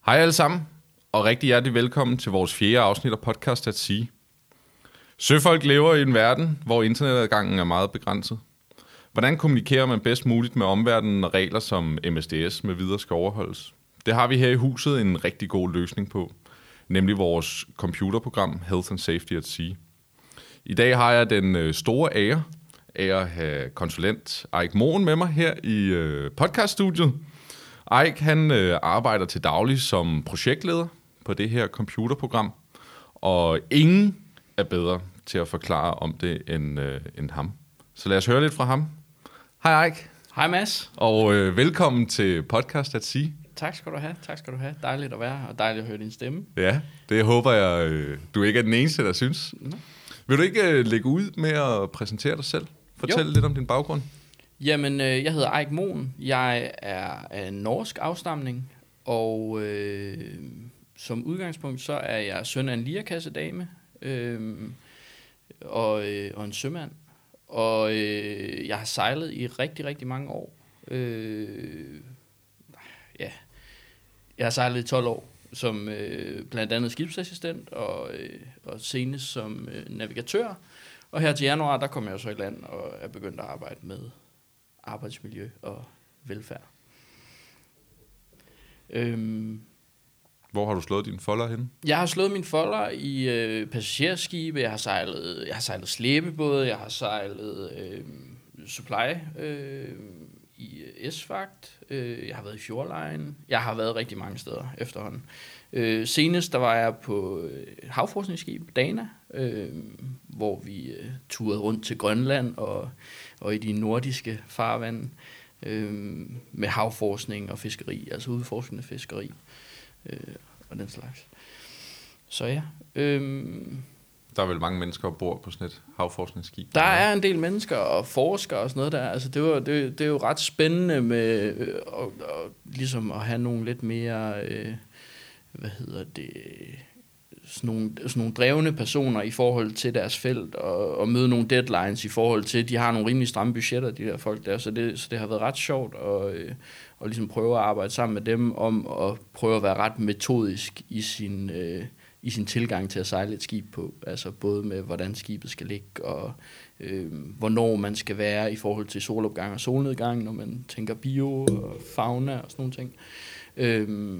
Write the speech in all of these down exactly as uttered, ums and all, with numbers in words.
Hej alle sammen, og rigtig hjertelig velkommen til vores fjerde afsnit af Podcast at Sea. Søfolk lever i en verden, hvor internetadgangen er meget begrænset. Hvordan kommunikerer man bedst muligt med omverdenen, når regler som M S D S med videre skal overholdes? Det har vi her i huset en rigtig god løsning på, nemlig vores computerprogram Health and Safety at Sea. I dag har jeg den store ære af at have konsulent Eik Moen med mig her i podcaststudiet. Eik, han øh, arbejder til daglig som projektleder på det her computerprogram, og ingen er bedre til at forklare om det end, øh, end ham. Så lad os høre lidt fra ham. Hej Eik. Hej Mads. Og øh, velkommen til Podcast at Sea. Tak skal du have, tak skal du have. Dejligt at være her, og dejligt at høre din stemme. Ja, det håber jeg, øh, du ikke er den eneste, der synes. Mm. Vil du ikke øh, lægge ud med at præsentere dig selv? Fortæl jo. lidt om din baggrund. Jamen, øh, jeg hedder Eik Moen. Jeg er af norsk afstamning, og øh, som udgangspunkt så er jeg søn af en lirekassedame øh, og, øh, og en sømand. Og øh, jeg har sejlet i rigtig, rigtig mange år. Øh, ja, jeg har sejlet i tolv år som øh, blandt andet skibsassistent og, øh, og senest som øh, navigatør. Og her til januar, der kom jeg så i land og er begyndt at arbejde med arbejdsmiljø og velfærd. Øhm, Hvor har du slået dine folder henne? Jeg har slået mine folder i øh, passagerskibe, jeg har sejlet, jeg har sejlet slæbebåde, jeg har sejlet øh, supply øh, i S-Fagt, øh, jeg har været i Fjordline, jeg har været rigtig mange steder efterhånden. Øh, senest der var jeg på øh, havforskningsskib Dana, øh, hvor vi øh, turede rundt til Grønland og, og i de nordiske farvande øh, med havforskning og fiskeri, altså udforskende fiskeri øh, og den slags. Så ja. Øh, Der er vel mange mennesker ombord på sådan et havforskningsskib? Der er en del mennesker og forskere og sådan noget der. Altså det, var, det, det er jo ret spændende med øh, og, og, ligesom at have nogle lidt mere, øh, hvad hedder det, sådan nogle, sådan nogle drevne personer i forhold til deres felt og, og møde nogle deadlines i forhold til, de har nogle rimelig stramme budgetter, de der folk der. Så det, så det har været ret sjovt at, øh, at ligesom prøve at arbejde sammen med dem om at prøve at være ret metodisk i sin øh, i sin tilgang til at sejle et skib på. Altså både med, hvordan skibet skal ligge, og øh, hvornår man skal være i forhold til solopgang og solnedgang, når man tænker bio og fauna og sådan nogle ting. Øh,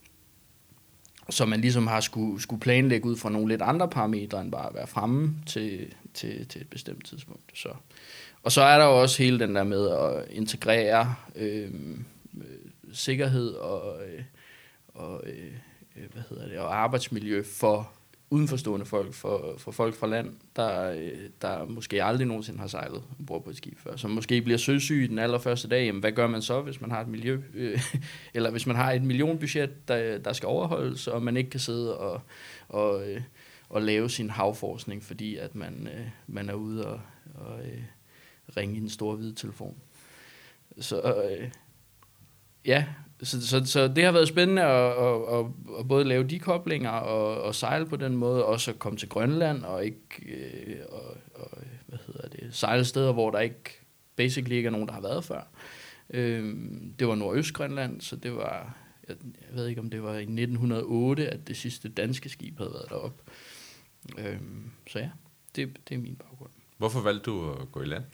så man ligesom har skulle, skulle planlægge ud fra nogle lidt andre parametre, end bare at være fremme til, til, til et bestemt tidspunkt. Så. Og så er der jo også hele den der med at integrere øh, sikkerhed og, øh, og øh, hvad hedder det, og arbejdsmiljø for udenforstående folk, for, for folk fra land, der, der måske aldrig nogensinde har sejlet ombord på et skib før, som måske bliver søsyge den allerførste dag. Jamen, hvad gør man så, hvis man har et miljø, øh, eller hvis man har et millionbudget, der, der skal overholdes, og man ikke kan sidde og, og, øh, og lave sin havforskning, fordi at man, øh, man er ude og, og øh, ringe i den store hvide telefon. Så øh, ja, Så, så, så det har været spændende at, at, at, at både lave de koblinger og, og sejle på den måde, også at komme til Grønland og ikke øh, og, og, hvad hedder det, sejle steder, hvor der ikke basically ikke er nogen, der har været før. Øh, det var Nordøstgrønland, så det var, jeg, jeg ved ikke om det var i nitten hundrede og otte, at det sidste danske skib havde været deroppe. Øh, så ja, det, det er min baggrund. Hvorfor valgte du at gå i land?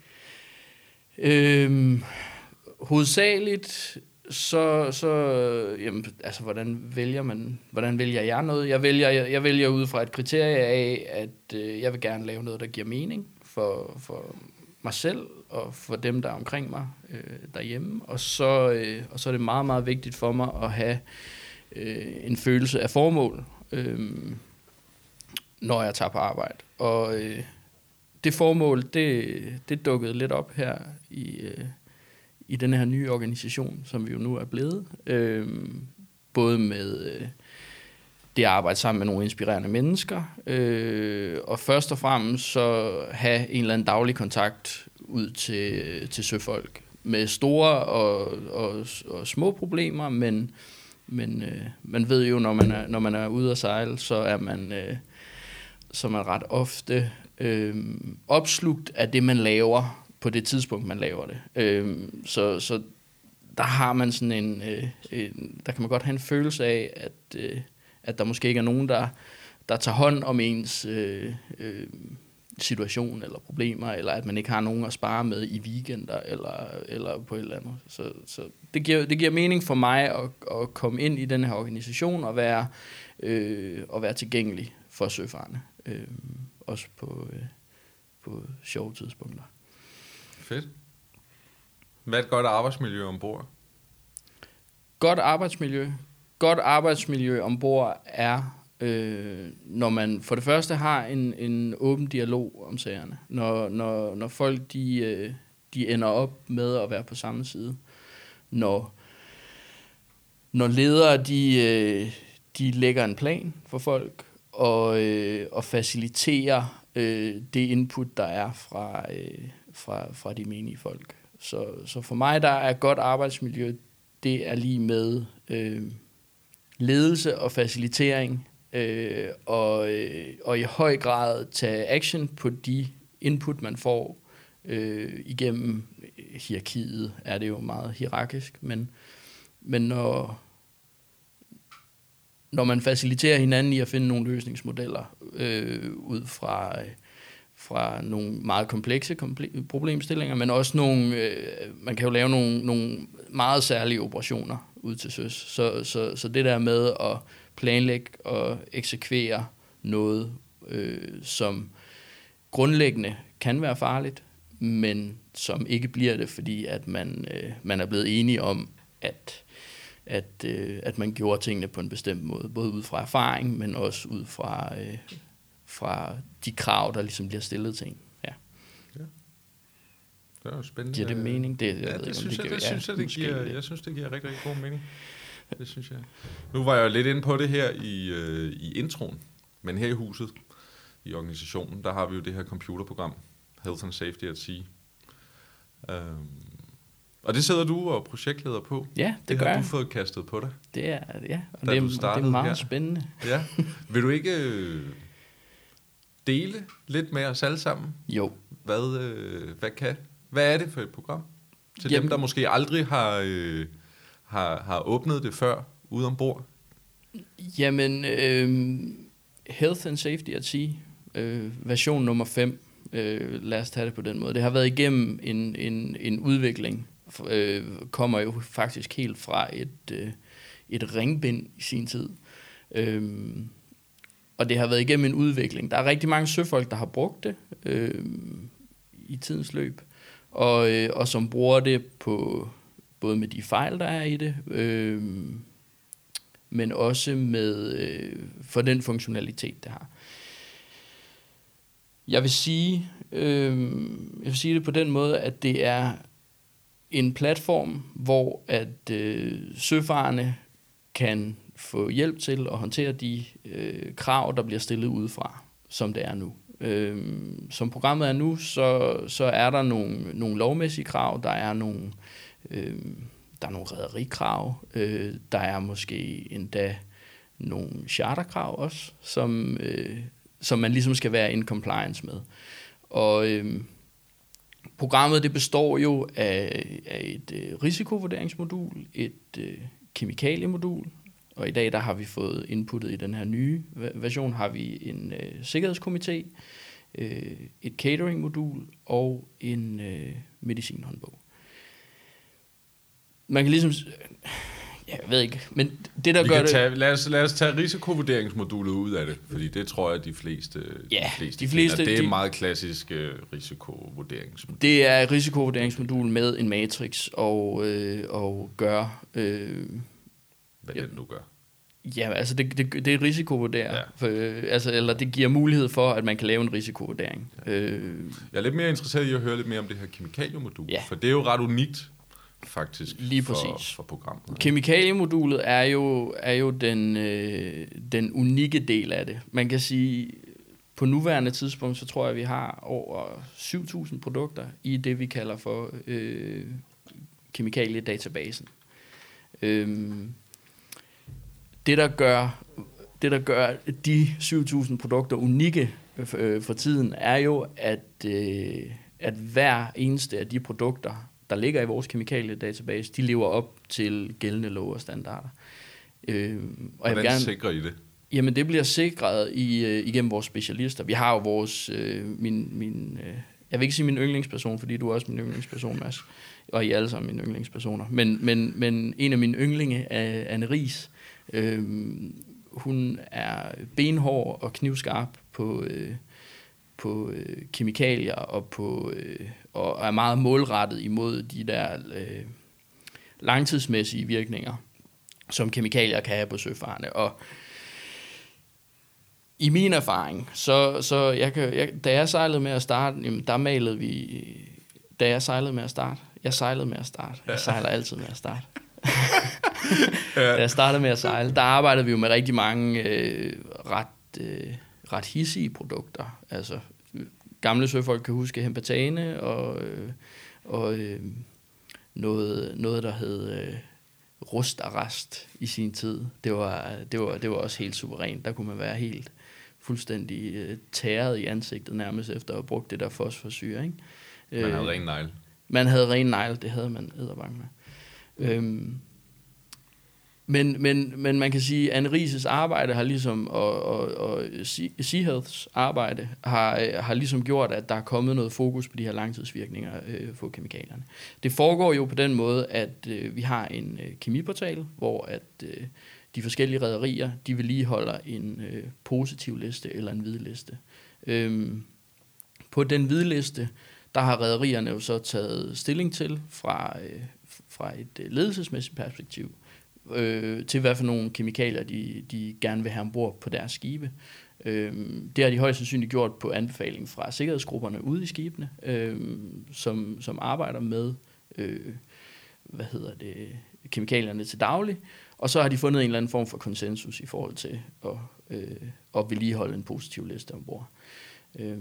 Øh, hovedsageligt Så, så jamen, altså, hvordan vælger man, hvordan vælger jeg noget? Jeg vælger, jeg, jeg vælger ud fra et kriterie af, at øh, jeg vil gerne lave noget, der giver mening for, for mig selv og for dem, der er omkring mig øh, derhjemme. Og så, øh, og så er det meget, meget vigtigt for mig at have øh, en følelse af formål, øh, når jeg tager på arbejde. Og øh, det formål, det, det dukkede lidt op her i... Øh, i den her nye organisation, som vi jo nu er blevet. Øh, både med øh, det at arbejde sammen med nogle inspirerende mennesker, øh, og først og fremmest så have en eller anden daglig kontakt ud til, til søfolk, med store og, og, og små problemer, men, men øh, man ved jo, når man er, når man er ude at sejle, så er man, øh, så er man ret ofte øh, opslugt af det, man laver, på det tidspunkt, man laver det. Øhm, så, så der har man sådan en, øh, en, der kan man godt have en følelse af, at, øh, at der måske ikke er nogen, der, der tager hånd om ens øh, øh, situation eller problemer, eller at man ikke har nogen at spare med i weekender, eller, eller på et eller andet. Så, så det, giver, det giver mening for mig at, at komme ind i den her organisation og være, øh, og være tilgængelig for søfarende, øh, også på, øh, på sjove tidspunkter. Fedt. Hvad er et godt arbejdsmiljø ombord? Godt arbejdsmiljø. Godt arbejdsmiljø ombord er, øh, når man for det første har en, en åben dialog om sagerne. Når, når, når folk de, øh, de ender op med at være på samme side. Når, når ledere de, øh, de lægger en plan for folk og, øh, og faciliterer øh, det input, der er fra, øh, fra, fra de menige folk. Så, så for mig, der er godt arbejdsmiljø, det er lige med øh, ledelse og facilitering, øh, og, øh, og i høj grad tage action på de input, man får øh, igennem hierarkiet. Er det jo meget hierarkisk, men, men når, når man faciliterer hinanden i at finde nogle løsningsmodeller øh, ud fra... Øh, fra nogle meget komplekse komple- problemstillinger, men også nogle, øh, man kan jo lave nogle, nogle meget særlige operationer ud til søs. Så, så, så det der med at planlægge og eksekvere noget, øh, som grundlæggende kan være farligt, men som ikke bliver det, fordi at man, øh, man er blevet enige om, at, at, øh, at man gjorde tingene på en bestemt måde, både ud fra erfaring, men også ud fra... Øh, fra de krav, der ligesom bliver stillet til en. Ja. Ja. Det er jo spændende. Giver det mening? Det, jeg ja, ved det ikke, synes det jeg, giver, det synes ja, jeg, det giver, det. jeg synes, det giver rigtig, rigtig god mening. Det synes jeg. Nu var jeg jo lidt inde på det her i, øh, i introen, men her i huset, i organisationen, der har vi jo det her computerprogram, Health and Safety at Sea. Um, og det sidder du og projektleder på. Ja, det, det gør har jeg. du fået kastet på dig. Det er, ja, og Da det er, du det er startede meget her. spændende. Ja. Vil du ikke øh, dele lidt med os alle sammen? Jo. Hvad, øh, hvad kan? Hvad er det for et program? Til Jamen, dem, der måske aldrig har, øh, har, har åbnet det før ude ombord? Jamen, øh, Health and Safety at Sea, øh, version nummer fem, øh, lad os tage det på den måde. Det har været igennem en, en, en udvikling, øh, kommer jo faktisk helt fra et, øh, et ringbind i sin tid. Øh, og det har været igennem en udvikling. Der er rigtig mange søfolk, der har brugt det øh, i tidens løb, og, øh, og som bruger det på både med de fejl, der er i det, øh, men også med øh, for den funktionalitet, det har. Jeg vil sige, øh, jeg vil sige det på den måde, at det er en platform, hvor at øh, søfarende kan få hjælp til at håndtere de øh, krav, der bliver stillet udefra, som det er nu. Øh, som programmet er nu, så, så er der nogle, nogle lovmæssige krav, der er nogle, øh, der er nogle rederikrav, øh, der er måske endda nogle charterkrav også, som, øh, som man ligesom skal være in compliance med. Og øh, programmet det består jo af, af et øh, risikovurderingsmodul, et øh, kemikaliemodul, og i dag der har vi fået inputtet i den her nye version, har vi en øh, sikkerhedskomité, øh, et cateringmodul og en øh, medicinhåndbog. Man kan ligesom, jeg ved ikke, men det der vi gør kan det... tage, lad, os, lad os tage risikovurderingsmodulet ud af det, fordi det tror jeg, de fleste, ja, de fleste, de fleste finder. Det er de, meget klassisk uh, risikovurderingsmodul. Det er et risikovurderingsmodul med en matrix og, øh, og gør... Øh, Hvad det nu gør. Ja, altså det, det, det er risikovurdering. Ja. For, øh, altså, eller det giver mulighed for, at man kan lave en risikovurdering. Ja. Øh, jeg er lidt mere interesseret i at høre lidt mere om det her kemikaliemodul, ja. for det er jo ret unikt, faktisk, lige for, præcis. for programmet. Kemikaliemodulet er jo, er jo den, øh, den unikke del af det. Man kan sige, på nuværende tidspunkt, så tror jeg, at vi har over syv tusind produkter i det, vi kalder for øh, kemikaliedatabasen. Øh, det, der gør, det, der gør de syv tusind produkter unikke øh, for tiden, er jo, at, øh, at hver eneste af de produkter, der ligger i vores kemikaliedatabase, de lever op til gældende love og standarder. Øh, og Hvordan gerne, sikrer I det? Jamen, det bliver sikret i, øh, igennem vores specialister. Vi har jo vores, øh, min, min øh, jeg vil ikke sige min yndlingsperson, fordi du er også min yndlingsperson, Mads, og I er alle sammen mine yndlingspersoner, men, men, men en af mine yndlinge er Anne Riis. Øh, hun er benhård og knivskarp på, øh, på øh, kemikalier, og, på, øh, og er meget målrettet imod de der øh, langtidsmæssige virkninger, som kemikalier kan have på søfarende. Og i min erfaring, så, så jeg kan, jeg, da jeg sejlede med at starte, jamen, der malede vi, da jeg sejlede med at starte, jeg sejlede med at starte, jeg sejler altid med at starte. Da jeg startede med at sejle, der arbejdede vi jo med rigtig mange øh, ret, øh, ret hissige produkter. Altså, gamle søfolk kan huske hempatane og, øh, og øh, noget, noget, der hed øh, rustarrest i sin tid. Det var, det, var, det var også helt suverænt. Der kunne man være helt fuldstændig øh, tæret i ansigtet nærmest efter at have brugt det der fosforsyre. Ikke? Man havde ren negle. Man havde ren negle, det havde man edderbange med. Øhm, men, men, men man kan sige, at Anne Riis' arbejde har ligesom, og, og, og Seahealths arbejde har, har ligesom gjort, at der er kommet noget fokus på de her langtidsvirkninger øh, for kemikalierne. Det foregår jo på den måde, at øh, vi har en øh, kemiportal, hvor at øh, de forskellige rederier, de vedligeholder en øh, positiv liste eller en hvid liste. Øhm, på den hvide liste, der har rederierne jo så taget stilling til fra, øh, fra et øh, ledelsesmæssigt perspektiv, øh, til hvad for nogle kemikalier, de, de gerne vil have ombord på deres skibe. Øh, det har de højst sandsynligt gjort på anbefaling fra sikkerhedsgrupperne ude i skibene, øh, som, som arbejder med øh, hvad hedder det, kemikalierne til daglig. Og så har de fundet en eller anden form for konsensus i forhold til at, øh, at vedligeholde en positiv liste ombord. Øh,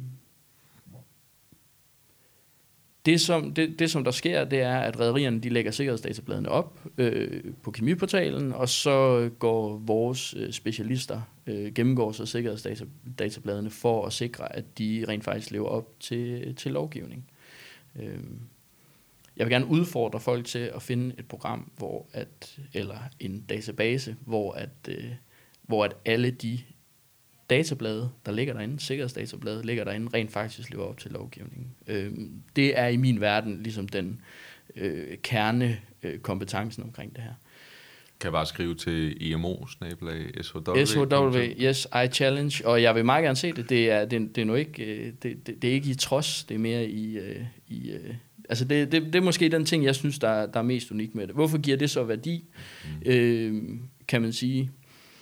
Det som, det, det, som der sker, det er, at rederierne de lægger sikkerhedsdatabladene op øh, på kemiportalen, og så går vores øh, specialister, øh, gennemgår så sikkerhedsdatabladene for at sikre, at de rent faktisk lever op til, til lovgivning. Øh, jeg vil gerne udfordre folk til at finde et program, hvor at, eller en database, hvor at, øh, hvor at alle de datablade, der ligger derinde, sikkerhedsdatabladet ligger derinde, rent faktisk lever op til lovgivningen. Øh, det er i min verden ligesom den øh, kernekompetencen øh, omkring det her. Kan jeg bare skrive til E M O, snabelag, S H W? S H W, yes, I challenge, og jeg vil meget gerne se det. Det er, det, det er nu ikke, det, det, det er ikke i trods, det er mere i, øh, i øh, altså det, det, det er måske den ting, jeg synes, der, der er mest unik med det. Hvorfor giver det så værdi, mm. øh, kan man sige?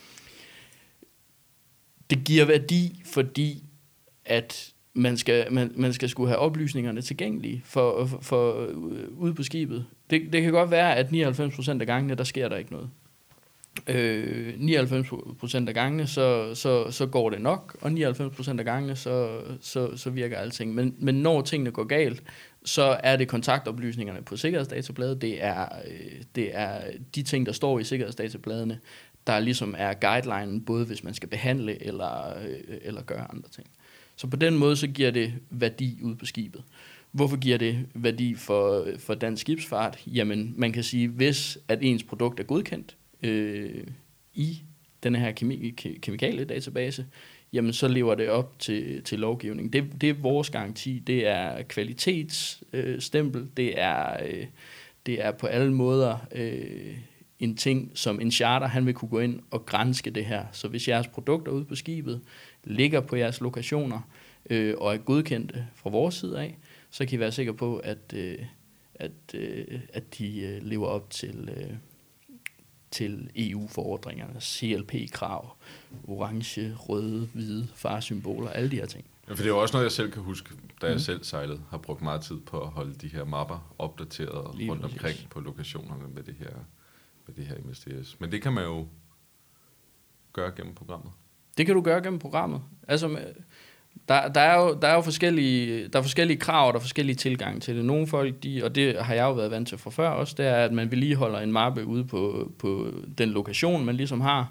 Det giver værdi, fordi at man skal, man, man skal skulle have oplysningerne tilgængelige for, for, for ude på skibet. Det, det kan godt være, at nioghalvfems procent af gangene, der sker der ikke noget. Øh, nioghalvfems procent af gangene, så, så, så går det nok, og nioghalvfems procent af gangene, så, så, så virker alting. Men, men når tingene går galt, så er det kontaktoplysningerne på sikkerhedsdatabladet, det er, det er de ting, der står i sikkerhedsdatabladene, der ligesom er guidelinen, både hvis man skal behandle eller, eller gøre andre ting. Så på den måde, så giver det værdi ud på skibet. Hvorfor giver det værdi for, for dansk skibsfart? Jamen, man kan sige, hvis at ens produkt er godkendt øh, i den her kemi- ke- kemikaliedatabase, jamen så lever det op til, til lovgivningen. Det, det er vores garanti, det er kvalitetsstempel, øh, det, er, øh, det er på alle måder øh, en ting, som en charter, han vil kunne gå ind og granske det her. Så hvis jeres produkter ude på skibet ligger på jeres lokationer øh, og er godkendte fra vores side af, så kan I være sikre på, at, øh, at, øh, at de øh, lever op til, øh, til E U-forordringerne, C L P-krav, orange, røde, hvide, faresymboler, alle de her ting. Ja, for det er jo også noget, jeg selv kan huske, da jeg mm. selv sejlede, har brugt meget tid på at holde de her mapper opdateret lige rundt omkring på lokationerne med det her, med det her M S D S. Men det kan man jo gøre gennem programmet. Det kan du gøre gennem programmet. Altså, der, der, er jo, der er jo forskellige, der er forskellige krav, der er forskellige tilgange til det. Nogle folk, de, og det har jeg jo været vant til fra før også, det er, at man vedligeholder en mappe ude på, på den lokation, man ligesom har.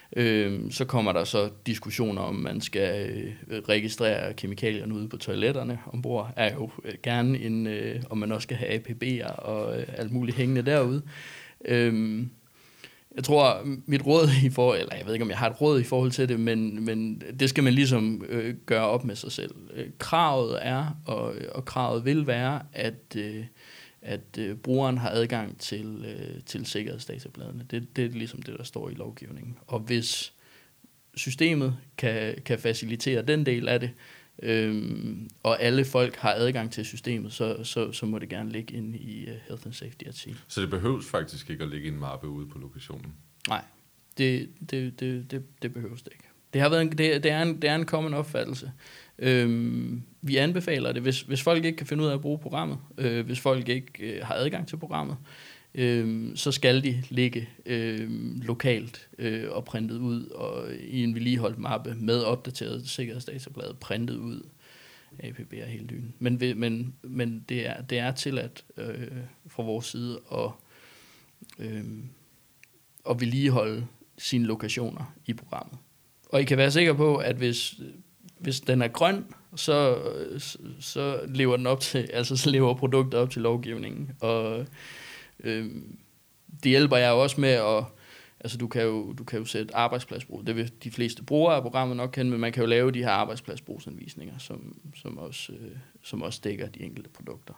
Øh, så kommer der så diskussioner om, man skal øh, registrere kemikalierne ude på toiletterne ombord, er jo øh, gerne en, øh, om man også skal have A P B'er og øh, alt muligt hængende derude. Øh, Jeg tror, mit råd i forhold, eller jeg ved ikke, om jeg har et råd i forhold til det, men, men det skal man ligesom øh, gøre op med sig selv. Øh, kravet er, og, og kravet vil være, at, øh, at øh, brugeren har adgang til, øh, til sikkerhedsdatabladene. Det, det er ligesom det, der står i lovgivningen. Og hvis systemet kan, kan facilitere den del af det, Øhm, og alle folk har adgang til systemet, så, så, så må det gerne ligge inde i uh, Health and Safety at Sea. Så det behøves faktisk ikke at ligge i en mappe ude på lokationen? Nej, det, det, det, det, det behøves det ikke. Det, har været en, det, det, er en, det er en common opfattelse. Øhm, vi anbefaler det, hvis, hvis folk ikke kan finde ud af at bruge programmet, øh, hvis folk ikke øh, har adgang til programmet, øh, så skal de ligge øh, lokalt øh, og printet ud og i en vedligeholdt mappe med opdateret sikkerhedsdatablad printet ud. A P B er helt dyne. Men, men, men det, er, det er tilladt øh, fra vores side at, øh, at vedligeholde sine lokationer i programmet. Og I kan være sikre på, at hvis, hvis den er grøn, så, så lever den op til, altså så lever produktet op til lovgivningen. Og øh, det hjælper jeg jo også med at, altså du kan jo, du kan jo sætte arbejdspladsbrug. Det vil de fleste brugere af programmet nok kende, men man kan jo lave de her arbejdspladsbrugsanvisninger, som, som, også, øh, som også dækker de enkelte produkter.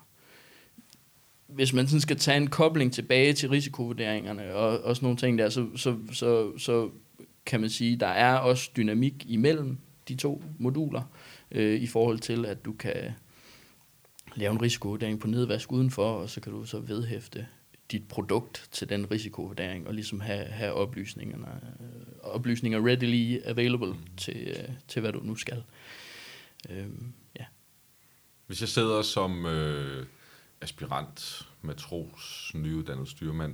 Hvis man sådan skal tage en kobling tilbage til risikovurderingerne og, og sådan nogle ting der, så, så, så, så kan man sige, der er også dynamik imellem de to moduler, øh, i forhold til, at du kan lave en risikovurdering på nedvask udenfor, og så kan du så vedhæfte dit produkt til den risikovurdering, og ligesom have, have oplysningerne, øh, oplysninger readily available til, øh, til, hvad du nu skal. Øh, ja. Hvis jeg sidder som øh, aspirant, matros, nyuddannet styrmand,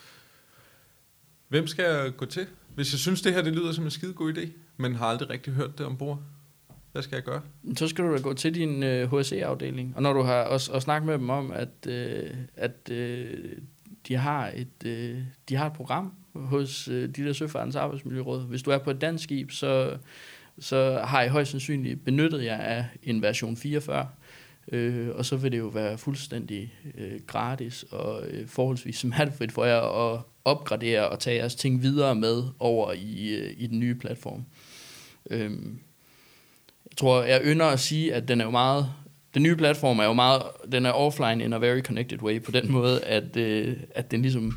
hvem skal jeg gå til? Hvis jeg synes, det her det lyder som en skide god idé, men har aldrig rigtig hørt det ombord, hvad skal jeg gøre? Så skal du da gå til din øh, H S E-afdeling, og når du har også, og snakket med dem om, at, øh, at øh, de, har et, øh, de har et program hos øh, de der Søfartens Arbejdsmiljøråd. Hvis du er på et dansk skib, så, så har I højst sandsynligt benyttet jer af en version fireogfyrre, øh, og så vil det jo være fuldstændig øh, gratis og øh, forholdsvis smertefrit for jer at opgradere og tage jeres ting videre med over i, øh, i den nye platform. Øh, Jeg tror, jeg ynder at sige, at den er jo meget, den nye platform er jo meget, den er offline in a very connected way, på den måde, at, øh, at den ligesom,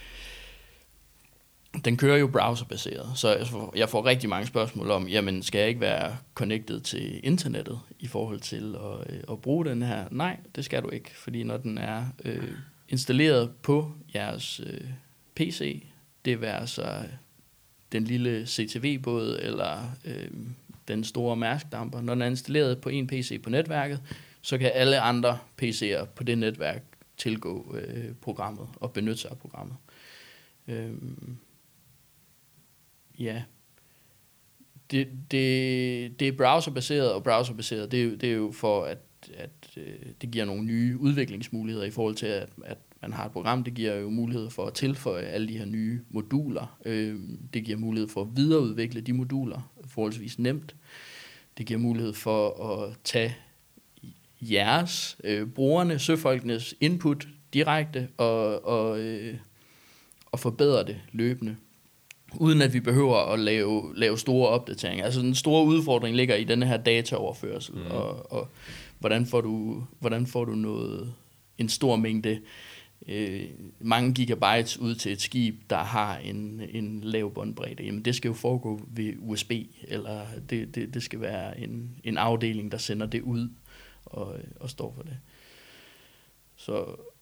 den kører jo browserbaseret, så jeg får, jeg får rigtig mange spørgsmål om, jamen skal jeg ikke være connected til internettet i forhold til at, øh, at bruge den her? Nej, det skal du ikke, fordi når den er øh, installeret på jeres øh, P C, det vil altså den lille C T V-båd eller øh, den store Mærsk-damper, når den er installeret på en P C på netværket, så kan alle andre P C'er på det netværk tilgå øh, programmet og benytte sig af programmet. Øhm, ja, det, det, det er browserbaseret, og browserbaseret, det er, det er jo for, at, at øh, det giver nogle nye udviklingsmuligheder i forhold til, at, at man har et program, det giver jo mulighed for at tilføje alle de her nye moduler. Øh, det giver mulighed for at videreudvikle de moduler forholdsvis nemt. Det giver mulighed for at tage jeres, øh, brugerne, søfolkenes input direkte og, og, øh, og forbedre det løbende, uden at vi behøver at lave, lave store opdateringer. Altså den store udfordring ligger i denne her dataoverførsel, mm. og, og hvordan får du, hvordan får du noget, en stor mængde Øh, mange gigabytes ud til et skib, der har en, en lav båndbredde. Jamen det skal jo foregå ved U S B, eller det, det, det skal være en, en afdeling, der sender det ud og, og står for det. Så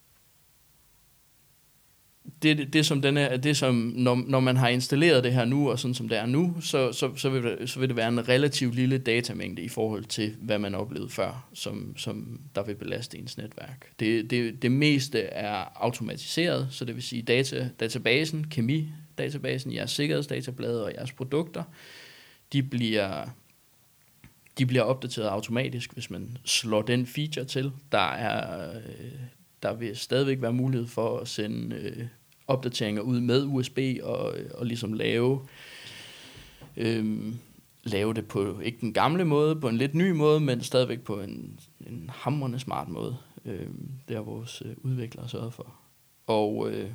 det, det, det som den er, det som når, når man har installeret det her nu, og sådan som det er nu, så, så, så, vil det, så vil det være en relativt lille datamængde i forhold til, hvad man oplevede før, som, som der vil belaste ens netværk. Det, det, det meste er automatiseret, så det vil sige data, databasen, kemidatabasen, jeres sikkerhedsdatablade og jeres produkter, de bliver, de bliver opdateret automatisk, hvis man slår den feature til. Der er... Der vil stadigvæk være mulighed for at sende øh, opdateringer ud med U S B og, og ligesom lave øhm, lave det på ikke den gamle måde, på en lidt ny måde, men stadigvæk på en, en hamrende smart måde. Øhm, det har vores øh, udviklere sørget for. Og, øh,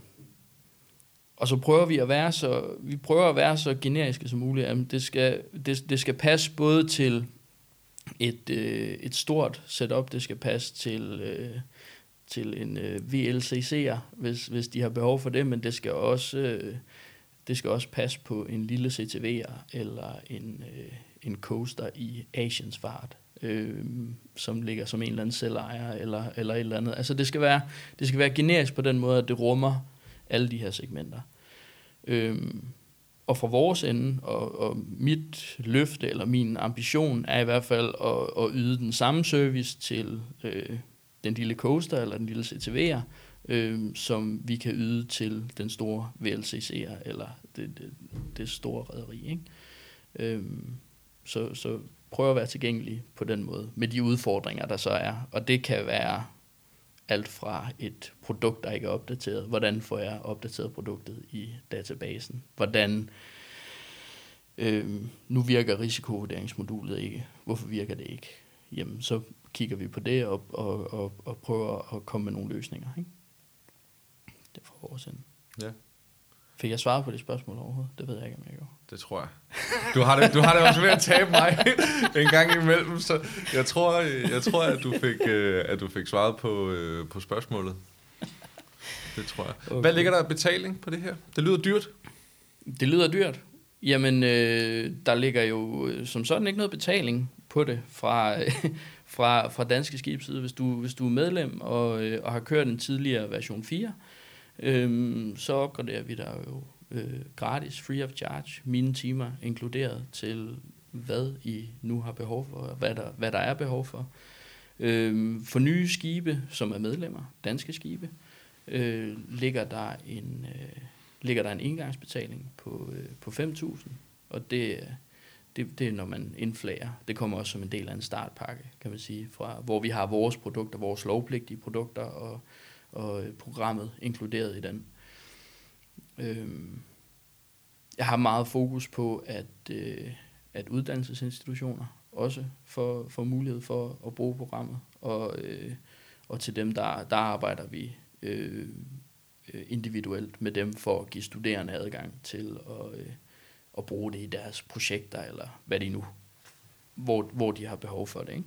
og så prøver vi at være så, vi prøver at være så generiske som muligt. Jamen, det, skal, det, det skal passe både til et, øh, et stort setup, det skal passe til, øh, til en øh, V L C C'er, hvis, hvis de har behov for det, men det skal også, øh, det skal også passe på en lille C T V'er eller en, øh, en coaster i Asiens fart, øh, som ligger som en eller anden selvejer eller, eller et eller andet. Altså det skal være, det skal være generisk på den måde, at det rummer alle de her segmenter. Øh, Og fra vores ende, og, og mit løfte eller min ambition er i hvert fald at, at yde den samme service til øh, den lille coaster eller den lille C T V'er, øh, som vi kan yde til den store V L C C'er eller det, det, det store rederi. Ikke? Øh, så, så prøv at være tilgængelig på den måde med de udfordringer, der så er. Og det kan være alt fra et produkt, der ikke er opdateret. Hvordan får jeg opdateret produktet i databasen? Hvordan øh, nu virker risikovurderingsmodulet ikke? Hvorfor virker det ikke? Jamen, så kigger vi på det og, og, og, og prøver at komme med nogle løsninger. Ikke? Det er fra vores ende. Ja. Fik jeg svaret på det spørgsmål overhovedet? Det ved jeg ikke, om jeg gjorde. Det tror jeg. Du har det, du har det også ved at tabe mig en gang imellem, så jeg tror, jeg tror at, du fik, at du fik svaret på, på spørgsmålet. Det tror jeg. Okay. Hvad ligger der af betaling på det her? Det lyder dyrt. Det lyder dyrt. Jamen, øh, der ligger jo som sådan ikke noget betaling på det fra, fra, fra Danske Skibs side. Hvis du, hvis du er medlem og, og har kørt en tidligere version fire, Øhm, så opgraderer vi der jo øh, gratis, free of charge, mine timer inkluderet til, hvad I nu har behov for, hvad der, hvad der er behov for. Øhm, for nye skibe, som er medlemmer, danske skibe, øh, ligger, der en, øh, ligger der en engangsbetaling på, øh, på fem tusind, og det, det, det er, når man indflager. Det kommer også som en del af en startpakke, kan man sige, fra, hvor vi har vores produkter, vores lovpligtige produkter, og og programmet inkluderet i den. Øhm, jeg har meget fokus på, at, øh, at uddannelsesinstitutioner også får, får mulighed for at bruge programmet, og, øh, og til dem, der, der arbejder vi øh, individuelt med dem for at give studerende adgang til at, øh, at bruge det i deres projekter, eller hvad de nu, hvor, hvor de har behov for det. Ikke?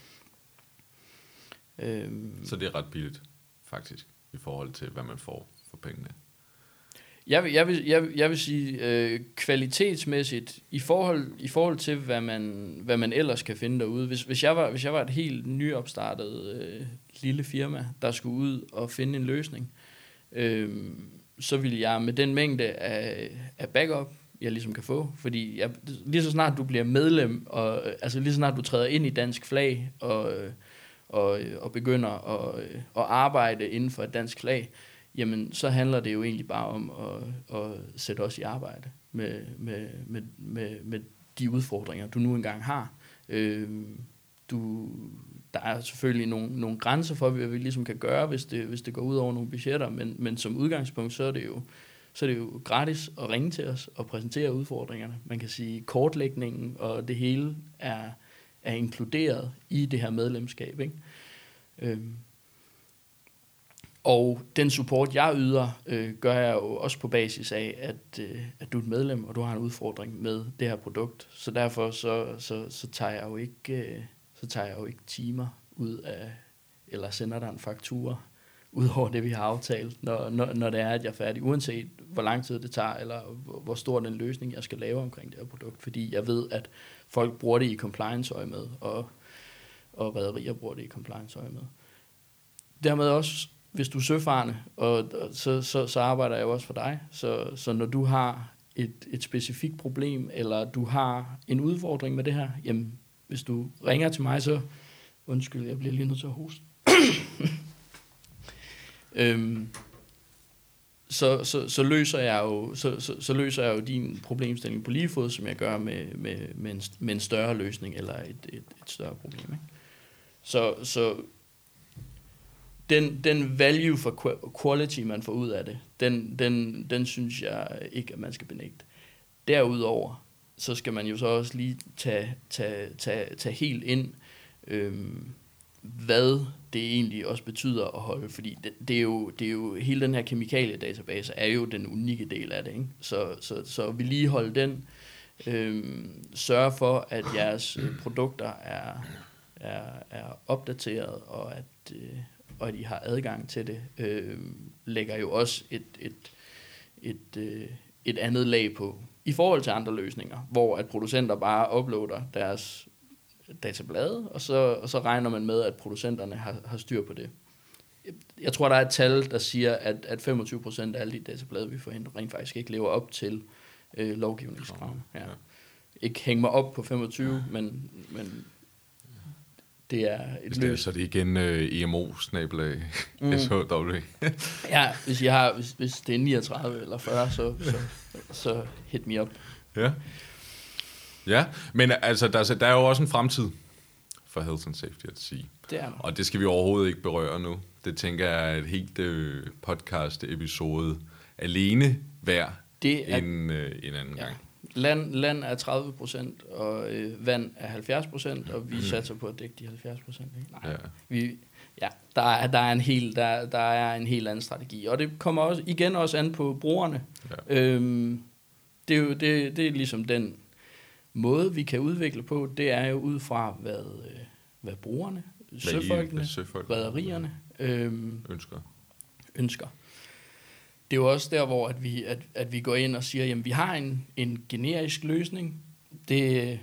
Øhm, Så det er ret billigt, faktisk, i forhold til, hvad man får for pengene? Jeg vil, jeg vil, jeg vil, jeg vil sige, øh, kvalitetsmæssigt, i forhold, i forhold til, hvad man, hvad man ellers kan finde derude. Hvis, hvis, jeg, var, hvis jeg var et helt nyopstartet øh, lille firma, der skulle ud og finde en løsning, øh, så ville jeg med den mængde af, af backup, jeg ligesom kan få, fordi jeg, lige så snart du bliver medlem, og, altså lige så snart du træder ind i dansk flag, og, og, og begynder at, at arbejde inden for et dansk flag, jamen så handler det jo egentlig bare om at, at sætte os i arbejde med, med, med, med, med de udfordringer, du nu engang har. Øh, du, der er selvfølgelig nogle, nogle grænser for, hvad vi ligesom kan gøre, hvis det, hvis det går ud over nogle budgetter, men, men som udgangspunkt, så er det jo så er det jo gratis at ringe til os og præsentere udfordringerne. Man kan sige, kortlægningen og det hele er, er inkluderet i det her medlemskab, ikke? Øh, Og den support, jeg yder, øh, gør jeg jo også på basis af, at, øh, at du er et medlem, og du har en udfordring med det her produkt. Så derfor så, så, så, tager, jeg jo ikke, øh, så tager jeg jo ikke timer ud af, eller sender dig en faktura, ud over det, vi har aftalt, når, når, når det er, at jeg er færdig. Uanset hvor lang tid det tager, eller hvor stor den løsning, jeg skal lave omkring det her produkt. Fordi jeg ved, at folk bruger det i compliance-øje med, og, og rederier bruger det i compliance-øje med. Dermed også, hvis du er søfarende, og, så, så, så arbejder jeg også for dig. Så, så når du har et, et specifikt problem, eller du har en udfordring med det her, jamen, hvis du ringer til mig, så... Undskyld, jeg bliver lige nødt til at hoste. øhm, så, så, så, løser jeg jo, så, så, så løser jeg jo din problemstilling på lige fod, som jeg gør med, med, med, en, med en større løsning, eller et, et, et større problem. Ikke? Så... så Den, den value for quality, man får ud af det, den, den, den synes jeg ikke, at man skal benægte. Derudover, så skal man jo så også lige tage, tage, tage, tage helt ind, øh, hvad det egentlig også betyder at holde, fordi det, det, er jo, det er jo, hele den her kemikaliedatabase er jo den unikke del af det, ikke? Så, så, så vi lige holde den, øh, sørge for, at jeres produkter er, er, er opdateret, og at, øh, og at I har adgang til det, øh, lægger jo også et, et, et, øh, et andet lag på, i forhold til andre løsninger, hvor at producenter bare uploader deres datablade, og så, og så regner man med, at producenterne har, har styr på det. Jeg tror, der er et tal, der siger, at, at femogtyve procent af alle de datablade, vi får ind, rent faktisk ikke lever op til øh, lovgivningskrav. Ja. Ikke hænge mig op på femogtyve, men, men det er et løb. Så det er igen uh, E M O-snabelag mm. S H W. Ja, hvis, jeg har, hvis, hvis det er niogtredive eller fyrre, så, så, så hit me up. Ja. Ja, men altså, der, der er jo også en fremtid for health and safety at sige. Det er der. Og det skal vi overhovedet ikke berøre nu. Det tænker jeg er et helt øh, podcast-episode alene værd det er, en, øh, en anden ja. gang. Land, land er tredive procent, og øh, vand er halvfjerds procent, og vi mm. satser på at dække de halvfjerds procent. Nej, ja. Vi, ja, der er, der, er en helt, der, der er en helt anden strategi. Og det kommer også igen også an på brugerne. Ja. Øhm, det, er jo, det, det er ligesom den måde, vi kan udvikle på, det er jo ud fra, hvad, hvad brugerne, hvad søfolkene, rederierne øhm, ønsker. ønsker. Det er jo også der, hvor at vi, at, at vi går ind og siger, jamen vi har en, en generisk løsning. Det,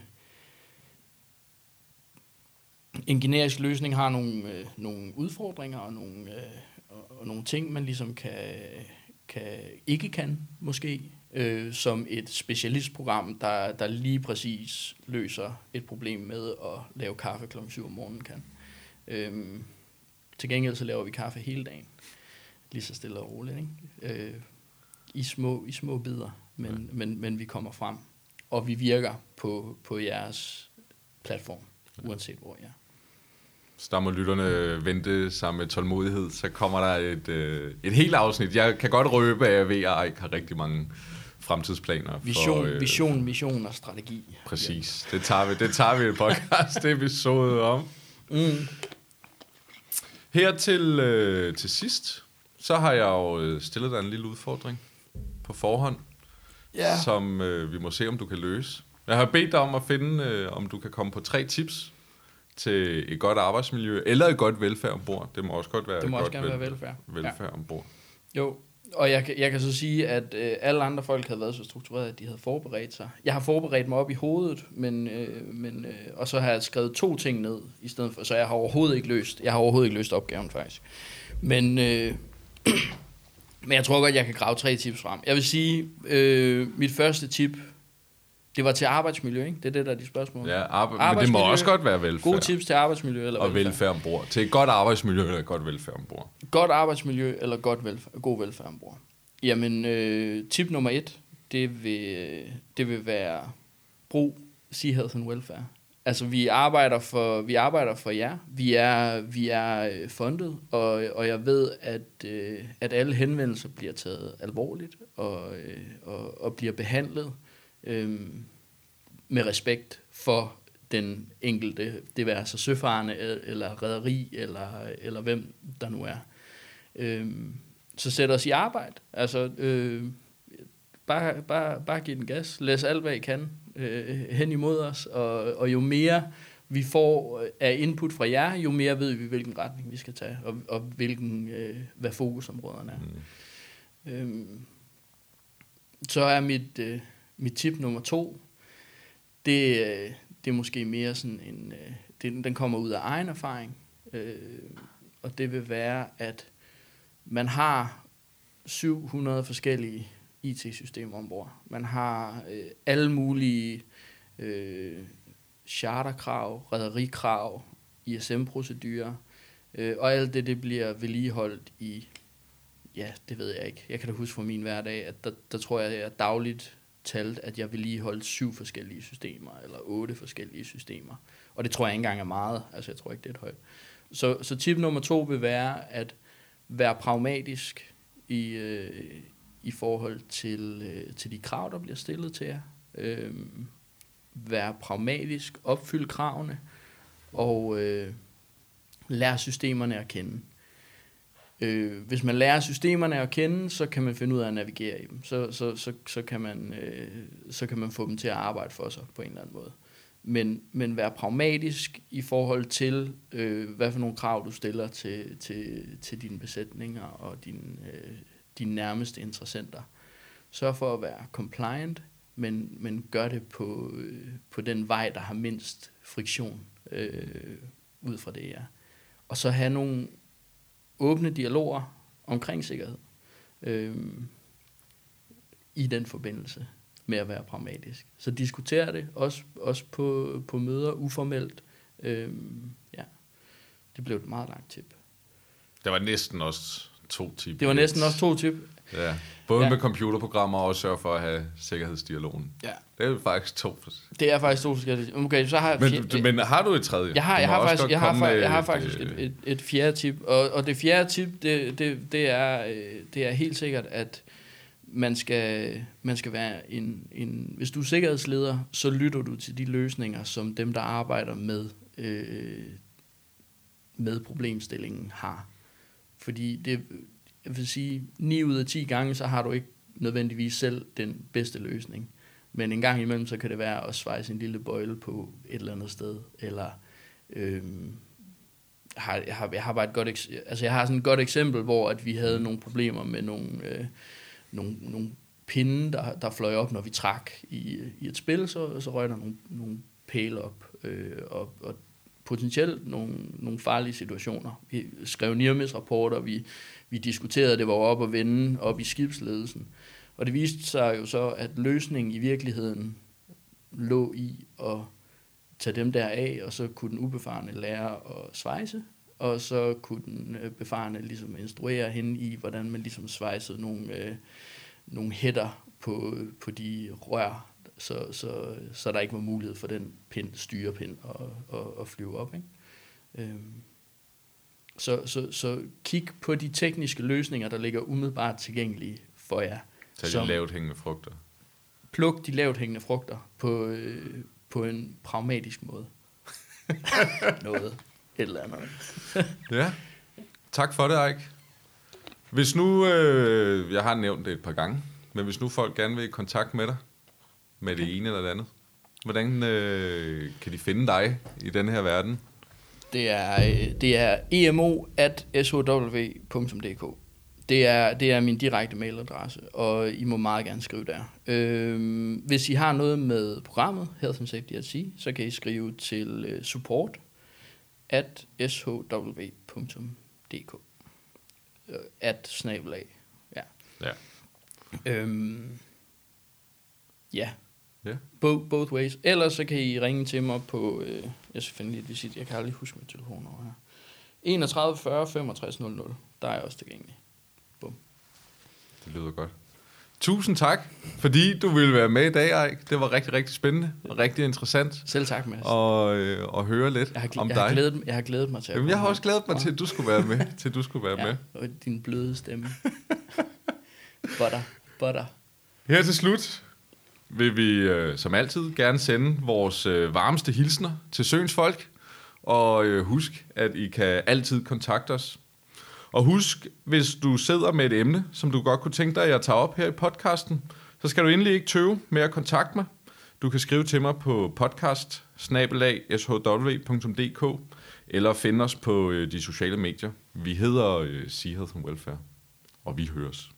en generisk løsning har nogle, øh, nogle udfordringer og nogle, øh, og, og nogle ting, man ligesom kan, kan ikke kan måske, øh, som et specialistprogram, der, der lige præcis løser et problem med at lave kaffe klokken syv om morgenen kan. Øhm, til gengæld så laver vi kaffe hele dagen. Lige så stille og roligt, ikke? Øh, i, små, i små bidder, men, ja. men, men vi kommer frem. Og vi virker på, på jeres platform, ja. uanset hvor jeg er. Så der må lytterne vente sig med tålmodighed. Så kommer der et, øh, et helt afsnit. Jeg kan godt røbe, at jeg ved, at Eik har rigtig mange fremtidsplaner. Vision, for, øh, vision, mission og strategi. Præcis. Det tager vi, det tager vi et podcast-episode om. Mm. Her til, øh, til sidst, så har jeg jo stillet dig en lille udfordring på forhånd, ja. som øh, vi må se, om du kan løse. Jeg har bedt dig om at finde, øh, om du kan komme på tre tips til et godt arbejdsmiljø, eller et godt velfærd ombord. Det må også godt være det må et også godt gerne vel- være velfærd, velfærd ja. ombord. Jo, og jeg, jeg kan så sige, at øh, alle andre folk havde været så struktureret, at de havde forberedt sig. Jeg har forberedt mig op i hovedet, men, øh, men, øh, og så har jeg skrevet to ting ned i stedet for, så jeg har overhovedet ikke løst, jeg har overhovedet ikke løst opgaven faktisk. Men, øh, men jeg tror godt, jeg kan grave tre tips frem. Jeg vil sige, øh, mit første tip, det var til arbejdsmiljø, ikke? Det er det, der er de spørgsmål. Ja, arbe- men det må også godt være velfærd. Gode tips til arbejdsmiljø eller og velfærd. Og velfærd ombord. Til et godt arbejdsmiljø eller et godt velfærd ombord. Godt arbejdsmiljø eller godt velfærd, god velfærd ombord. Jamen, øh, tip nummer et, det vil, det vil være brug Sea Health and Welfare. Altså, vi arbejder for, vi arbejder for jer. Vi er, vi er fundet, og, og jeg ved, at, øh, at alle henvendelser bliver taget alvorligt og, øh, og, og bliver behandlet øh, med respekt for den enkelte, det vil altså søfarende eller rederi eller, eller hvem der nu er. Øh, så sæt os i arbejde. Altså, øh, bare, bare, bare giv den gas. Læs alt, hvad I kan øh, hen imod os. Og, og jo mere vi får af input fra jer, jo mere ved vi, hvilken retning vi skal tage, og, og hvilken, øh, hvad fokusområderne er. Mm. Øhm, så er mit, øh, mit tip nummer to, det, øh, det er måske mere sådan en, øh, det, den kommer ud af egen erfaring, øh, og det vil være, at man har syv hundrede forskellige I T-systemer ombord. Man har øh, alle mulige øh, charterkrav, rederikrav, I S M-procedurer, øh, og alt det, det bliver vedligeholdt i, ja, det ved jeg ikke. Jeg kan da huske fra min hverdag, at der, der tror jeg, at jeg dagligt talt, at jeg vedligeholdt syv forskellige systemer, eller otte forskellige systemer. Og det tror jeg ikke engang er meget. Altså, jeg tror ikke, det er et højt. Så, så tip nummer to vil være, at være pragmatisk i, øh, i forhold til, øh, til de krav, der bliver stillet til jer. Øhm, være pragmatisk, opfylde kravene, og øh, lære systemerne at kende. Øh, hvis man lærer systemerne at kende, så kan man finde ud af at navigere i dem. Så, så, så, så, kan, man, øh, så kan man få dem til at arbejde for sig på en eller anden måde. Men, men være pragmatisk i forhold til, øh, hvad for nogle krav du stiller til, til, til dine besætninger og dine, øh, dine nærmeste interessenter. Sørg for at være compliant, men, men gør det på, øh, på den vej, der har mindst friktion øh, ud fra det, ja. Og så have nogle åbne dialoger omkring sikkerhed øh, i den forbindelse med at være pragmatisk. Så diskutere det, også, også på, på møder, uformelt. Øh, ja, det blev et meget langt tip. Det var næsten også to tip. Det var næsten også to tip. Ja, både ja. med computerprogrammer og sørge for at have sikkerhedsdialogen. Ja. Det er jo faktisk to. Det er faktisk to forskellige. Okay, så har jeg men, fjer- men har du et tredje? Jeg har, jeg har faktisk, jeg har, fa- jeg har et, faktisk et, et, et fjerde tip, og, og det fjerde tip, det, det, det, er, det er helt sikkert, at man skal, man skal være en, en... Hvis du er sikkerhedsleder, så lytter du til de løsninger, som dem, der arbejder med, øh, med problemstillingen, har. Fordi det... Jeg vil sige, ni ud af ti gange, så har du ikke nødvendigvis selv den bedste løsning. Men en gang imellem, så kan det være at svejse en lille bøjle på et eller andet sted. Eller øhm, har, jeg, har, jeg har bare et godt eks- altså jeg har sådan et godt eksempel, hvor at vi havde nogle problemer med nogle, øh, nogle, nogle pinde, der, der fløj op, når vi trak i, i et spil, så, så røg der nogle, nogle pæle op. Øh, og, og potentielt nogle, nogle farlige situationer. Vi skrev near-miss-rapporter, vi Vi diskuterede, det var op at vende op i skibsledelsen. Og det viste sig jo så, at løsningen i virkeligheden lå i at tage dem der af, og så kunne den ubefarne lære at svejse, og så kunne den befarne ligesom instruere hende i, hvordan man ligesom svejsede nogle, øh, nogle hætter på, på de rør, så, så, så der ikke var mulighed for den pind, styrepind at, at, at flyve op, ikke? Øhm. Så, så, så kig på de tekniske løsninger, der ligger umiddelbart tilgængelige for jer. Tag de lavt hængende frugter. Pluk de lavt hængende frugter på, øh, på en pragmatisk måde. Noget. Et eller andet. Ja. Tak for det, Eik. Hvis nu, øh, jeg har nævnt det et par gange, men hvis nu folk gerne vil i kontakt med dig, med det ene eller det andet, hvordan øh, kan de finde dig i denne her verden? Det er, det er emo at s h w punktum d k. Det er, det er min direkte mailadresse, og I må meget gerne skrive der. Øh, hvis I har noget med programmet, Health and Safety at Sea, så kan I skrive til support at s h w punktum d k. At snabelag. Ja. Ja. Øhm, ja. Ja. Bo- both ways. Ellers så kan I ringe til mig på, øh, jeg skal finde lige et visit, jeg kan aldrig huske min telefonnummer her. enogtredive fyrre femogtres nul nul. Der er jeg også tilgængelig. Bum. Det lyder godt. Tusind tak, fordi du ville være med i dag, Eik. Det var rigtig, rigtig spændende og rigtig interessant. Selv tak, Mads. Og, øh, og høre lidt jeg har, om jeg dig. Har glædet, jeg har glædet mig til at Jamen, jeg har også glædet mig til, at du skulle være med. til, at du skulle være ja, med. Og din bløde stemme. Butter, butter. Her til slut vil vi øh, som altid gerne sende vores øh, varmeste hilsner til Søens folk. Og øh, husk, at I kan altid kontakte os. Og husk, hvis du sidder med et emne, som du godt kunne tænke dig, at jeg tager op her i podcasten, så skal du endelig ikke tøve med at kontakte mig. Du kan skrive til mig på podcast bindestreg s h w punktum d k eller finde os på øh, de sociale medier. Vi hedder øh, Sea Health and Welfare, og vi høres.